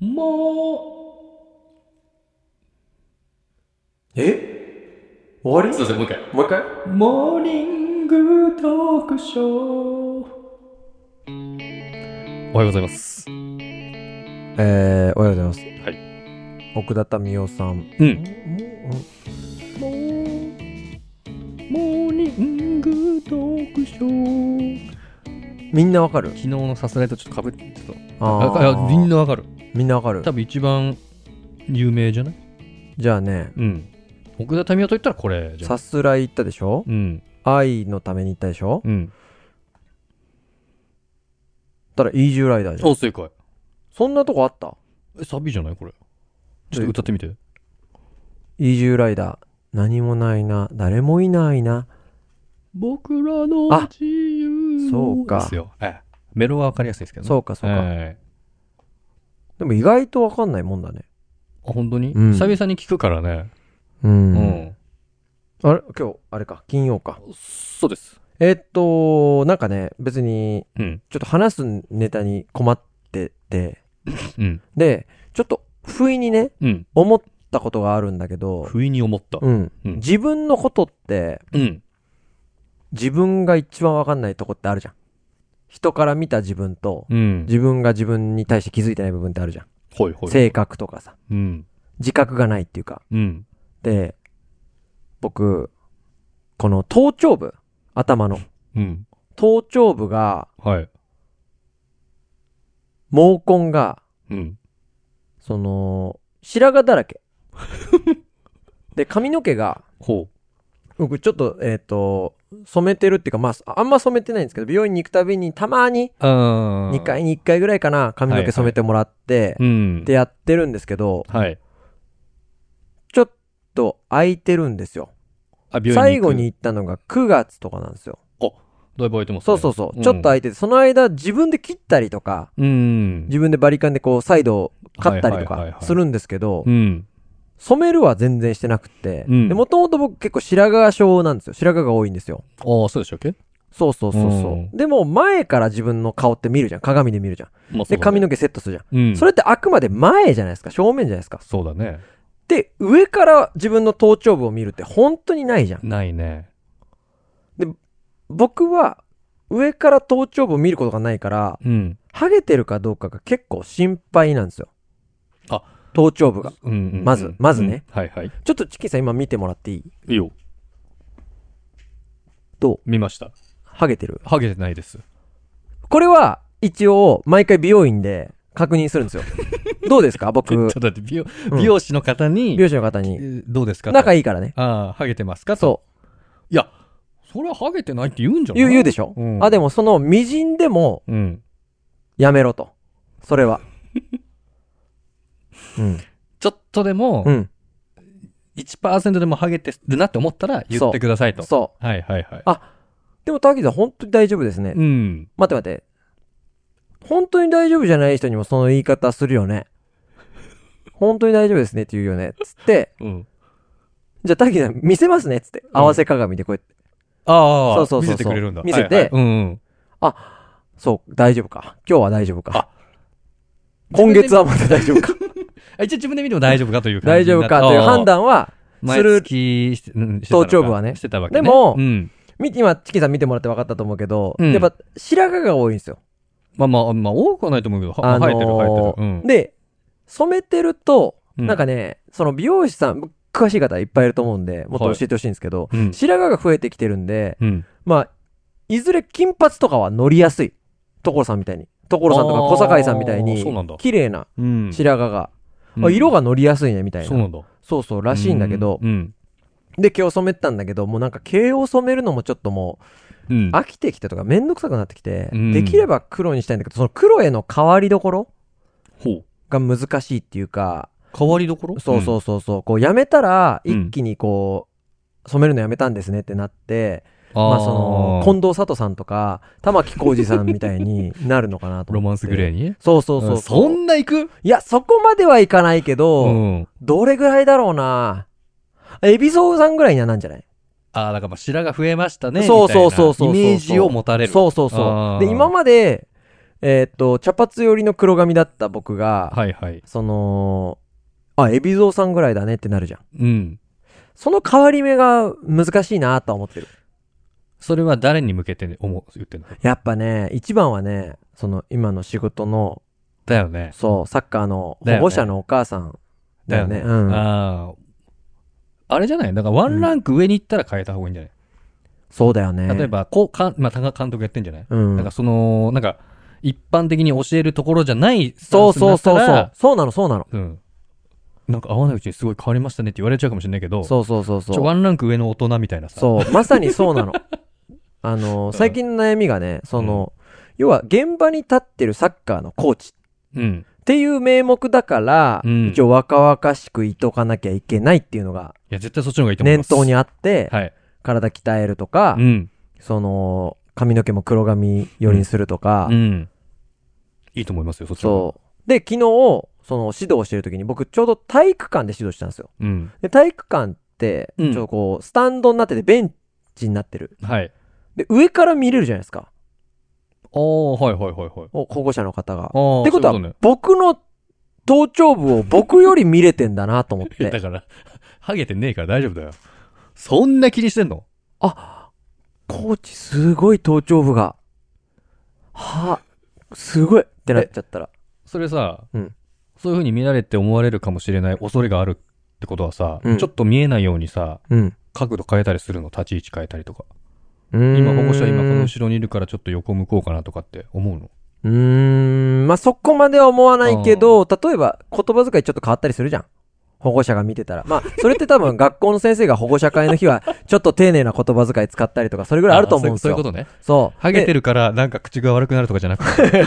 終わり？ そうですね、もう一回。 もう一回？モーニングトークショー。 おはようございます。 おはようございます。 はい。 奥田民生さん。 モーニングトークショー。 みんなわかる？ 昨日のさすらいとちょっと被って、ちょっと。みんなわかる。 みんなわかる。 多分一番有名じゃない？ じゃあね。 奥田民生と言ったらこれじゃん。 さすらい行ったでしょ？愛のために行ったでしょ？たらイージューライダーじゃん。 正解。 そんなとこあった？ サビじゃないこれ。ちょっと歌ってみて。 イージューライダー。何もないな、誰もいないな、 僕らの自由のそうかですよ。メロは分かりやすいですけどね。 そうか。でも意外と分かんないもんだね。 本当に？久々に聞くからね。 あれ今日あれか、金曜か。 そうです。 なんかね、別にちょっと話すネタに困ってて、でちょっと不意にね、思ったことがあるんだけど、 不意に思った。 自分のことって、自分が一番分かんないとこってあるじゃん。人から見た自分と、自分が自分に対して気づいてない部分ってあるじゃん。性格とかさ、自覚がないっていうか、で僕この頭頂部、頭の、頭頂部が、毛根が、その白髪だらけで、髪の毛が僕ちょっと染めてるっていうか、まああんま染めてないんですけど、美容院に行くたびにたまに2回に1回ぐらいかな、髪の毛染めてもらってでやってるんですけど、ちょっと空いてるんですよ。最後に行ったのが9月とかなんですよ。 だいぶ空いてますね。そう、ちょっと空いてて、その間自分で切ったりとか、自分でバリカンでこうサイドをカッたりとかするんですけど、染めるは全然してなくて、もともと僕結構白髪症なんですよ。白髪が多いんですよ。 そうでしたっけ？ そう。でも前から自分の顔って見るじゃん。鏡で見るじゃん。で、髪の毛セットするじゃん。それってあくまで前じゃないですか。正面じゃないですか。 そうだね。 で、上から自分の頭頂部を見るって本当にないじゃん。 ないね。 で、僕は上から頭頂部を見ることがないから、ハゲてるかどうかが結構心配なんですよ。頭頂部が。まずね。ちょっとチキンさん今見てもらっていい？ いいよ。 どう？ 見ました。 ハゲてる？ ハゲてないです。 これは一応毎回美容院で確認するんですよ。どうですか？僕。 ちょっと待って、美容師の方に。 どうですか？仲いいからね。 ハゲてますか？ そう。 いや、それはハゲてないって言うんじゃない？ 言うでしょ？でもその微塵でも、やめろと。それは。 ちょっとでも、1% でもハゲてるなって思ったら言ってくださいと。 そう。でもタキさん本当に大丈夫ですね。待って。本当に大丈夫じゃない人にもその言い方するよね。本当に大丈夫ですねって言うよね。つって、じゃあタキさん見せますね。つって。合わせ鏡でこうやって。そう。 見せてくれるんだ。 見せて、そう、大丈夫か。今日は大丈夫か。今月はまだ大丈夫か。 一応自分で見ても大丈夫かという感じ。 大丈夫かという判断はする。頭頂部はね。 してたわけね。 でも、今、チキンさん見てもらって分かったと思うけど、やっぱ白髪が多いんですよ。 まあ、多くはないと思うけど、生えてる。 で、染めてると、なんかね、その美容師さん、詳しい方いっぱいいると思うんで、もっと教えてほしいんですけど、白髪が増えてきてるんで、まあ、いずれ金髪とかは乗りやすい。所さんみたいに。所さんとか小堺さんみたいに、綺麗な白髪が、色が乗りやすいね、みたいな。 そうなんだ。 そう、らしいんだけど、で、今日染めてたんだけど、もうなんか毛を染めるのもちょっともう、飽きてきてとかめんどくさくなってきて、できれば黒にしたいんだけど、その黒への変わりどころが難しいっていうか、 変わりどころ？ そう。こうやめたら、一気にこう、染めるのやめたんですねってなって、まあその、近藤佐藤さんとか、玉置浩二さんみたいになるのかなと思って。 ロマンスグレーに？ そう。 そんな行く？ いや、そこまではいかないけど、どれぐらいだろうな。海老蔵さんぐらいにはなんじゃない？ だからまあ白髪増えましたね。 そう。 イメージを持たれる。 そう。で、今まで、 茶髪寄りの黒髪だった僕が、 はいはい。 海老蔵さんぐらいだねってなるじゃん。 うん。 その変わり目が難しいなとは思ってる。 それは誰に向けて、言ってんの？ やっぱね、一番はね、今の仕事の、 だよね。 そう、サッカーの保護者のお母さんだよね。うん。 あれじゃない？だからワンランク上に行ったら変えた方がいいんじゃない？ そうだよね。 例えば、多賀監督やってんじゃない？ うん。 なんか一般的に教えるところじゃないスタンスになったら。 そう。そうなの。 うん。なんか合わないうちにすごい変わりましたねって言われちゃうかもしれないけど。 そう。 ワンランク上の大人みたいなさ。 そう、まさにそうなの。最近の悩みがね、要は現場に立ってるサッカーのコーチ。 うん。 っていう名目だから、一応若々しくいとかなきゃいけないっていうのが、 いや、絶対そっちの方がいいと思います。 念頭にあって、 はい。 体鍛えるとか、髪の毛も黒髪寄りにするとか、 いいと思いますよ、そっちの方が。そう。で、昨日、指導してる時に僕ちょうど体育館で指導したんですよ。 うん。 で、体育館って、スタンドになっててベンチになってる。 はい。 で、上から見れるじゃないですか。 はい。 保護者の方が。 ってことは、僕の頭頂部を僕より見れてんだなと思って。 だから、ハゲてねえから大丈夫だよ。そんな気にしてんの？ コーチすごい頭頂部が。すごいってなっちゃったら。 それさ、そういう風に見られて思われるかもしれない恐れがあるってことはさ、ちょっと見えないようにさ、角度変えたりするの？立ち位置変えたりとか。今保護者今この後ろにいるからちょっと横向こうかなとかって思うの？ まあ、そこまでは思わないけど、例えば言葉遣いちょっと変わったりするじゃん。保護者が見てたら。まあ、それって多分学校の先生が保護者会の日は、ちょっと丁寧な言葉遣い使ったりとか、それぐらいあると思うんですよ。 そういうことね。 そう。 ハゲてるからなんか口が悪くなるとかじゃなくて。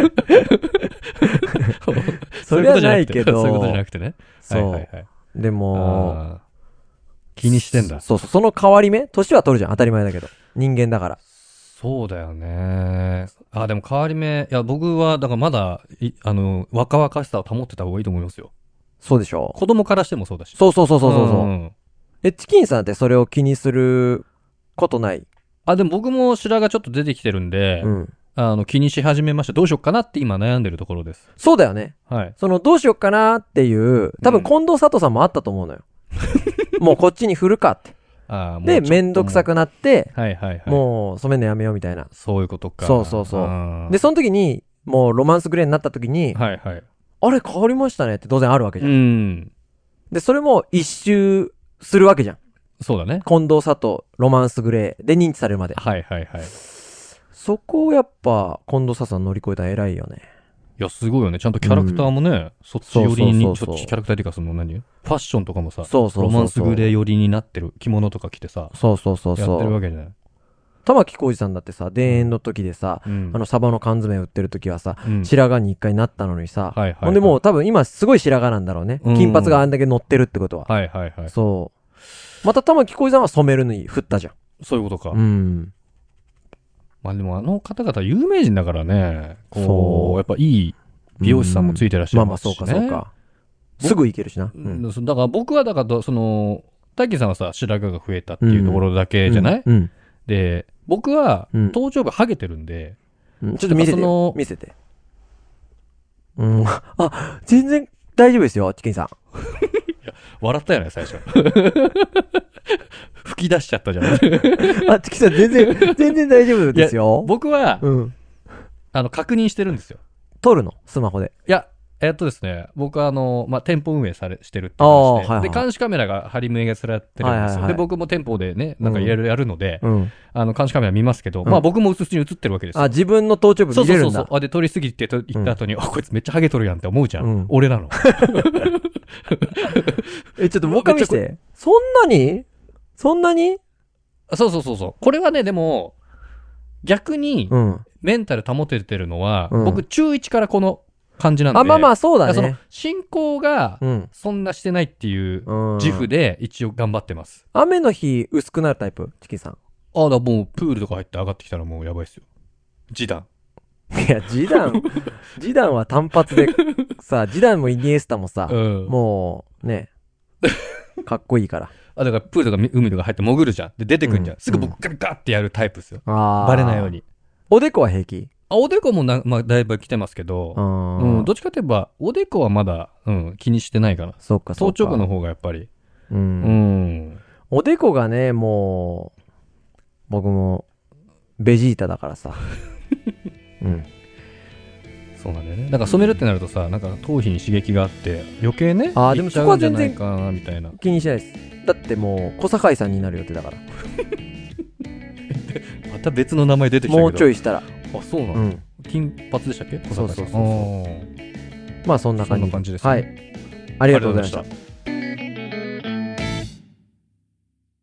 それはないけど。 そういうことじゃなくてね。 そう。でも、 気にしてんだ。 そう、その変わり目？年は取るじゃん。当たり前だけど。人間だから。 そうだよね。でも変わり目、いや、僕は、だからまだ、若々しさを保ってた方がいいと思いますよ。 そうでしょ？ 子供からしてもそうだし。 そう。チキンさんってそれを気にすることない？ でも僕も白髪ちょっと出てきてるんで、気にし始めました。どうしよっかなって今悩んでるところです。 そうだよね。 はい。 どうしよっかなっていう、多分近藤佐藤さんもあったと思うのよ。もうこっちに振るかって。で、めんどくさくなって、もう染めんのやめようみたいな。 そういうことか。 そう。で、その時に、もうロマンスグレーになった時に、あれ変わりましたねって当然あるわけじゃん。で、それも一周するわけじゃん。 そうだね。 近藤佐藤、ロマンスグレーで認知されるまで。そこをやっぱ、近藤佐藤さん乗り越えたら偉いよね。 いや、すごいよね。ちゃんとキャラクターもね、そっち寄りに、そっちキャラクターっていうかファッションとかもさ、ロマンスグレー寄りになってる着物とか着てさ、 そう。 やってるわけじゃない。 玉置浩二さんだってさ、田園の時でさ、サバの缶詰売ってる時はさ、白髪に一回なったのにさ、ほんでもう多分今すごい白髪なんだろうね。金髪があんだけ乗ってるってことは。そう。また玉置浩二さんは染めるのに振ったじゃん。 そういうことか。まあでも方々有名人だからね、やっぱいい美容師さんもついてらっしゃいますしね。 そうか。すぐ行けるしな。 だから僕は大輝さんはさ、白髪が増えたっていうところだけじゃない？で、僕は頭頂部ハゲてるんで、 ちょっと見せて。全然大丈夫ですよ、チキンさん。 笑ったよね、最初。吹き出しちゃったじゃん。 チキンさん全然大丈夫ですよ。 僕は、確認してるんですよ。 撮るの？スマホで。 いや、ですね、僕は店舗運営してるって話で、で、監視カメラが張り巡らされてるんですよ。で、僕も店舗でね、なんかいろいろやるので、監視カメラ見ますけど、まあ僕も普通に映ってるわけですよ。 自分の頭頂部見れるんだ。 そう。で、撮りすぎて行った後に、こいつめっちゃハゲとるやんって思うじゃん。俺なの。 ちょっともう一回見せて。そんなにそう。これはね、でも、逆に、メンタル保ててるのは、僕中1からこの感じなんで。 まあそうだね。 進行が、そんなしてないっていう自負で一応頑張ってます。 雨の日薄くなるタイプ？チキンさん。 だからもうプールとか入って上がってきたらもうやばいっすよ。ジダン。 いや、ジダンは単発で、ジダンもイニエスタもさ、もう、ね、かっこいいから。 だからプールとか海とか入って潜るじゃん。で、出てくんじゃん。すぐ僕ガッってやるタイプっすよ。バレないように。 おでこは平気？ おでこもまあ、だいぶ来てますけど、うん、どっちかといえば、おでこはまだ、うん、気にしてないかな。 そうか、 頭頂部の方がやっぱり。 うん。おでこがね、もう、僕も、ベジータだからさ。うん。 そうなんだよね。だから染めるってなるとさ、なんか頭皮に刺激があって、余計ね、 でもそこは全然みたいな。 気にしないです。だってもう、小堺さんになる予定だから。 また別の名前出てきたけど。 もうちょいしたら。 あ、そうなの、うん、金髪でしたっけ？ そう。まあそんな感じ。 そんな感じですね。 はい。ありがとうございました。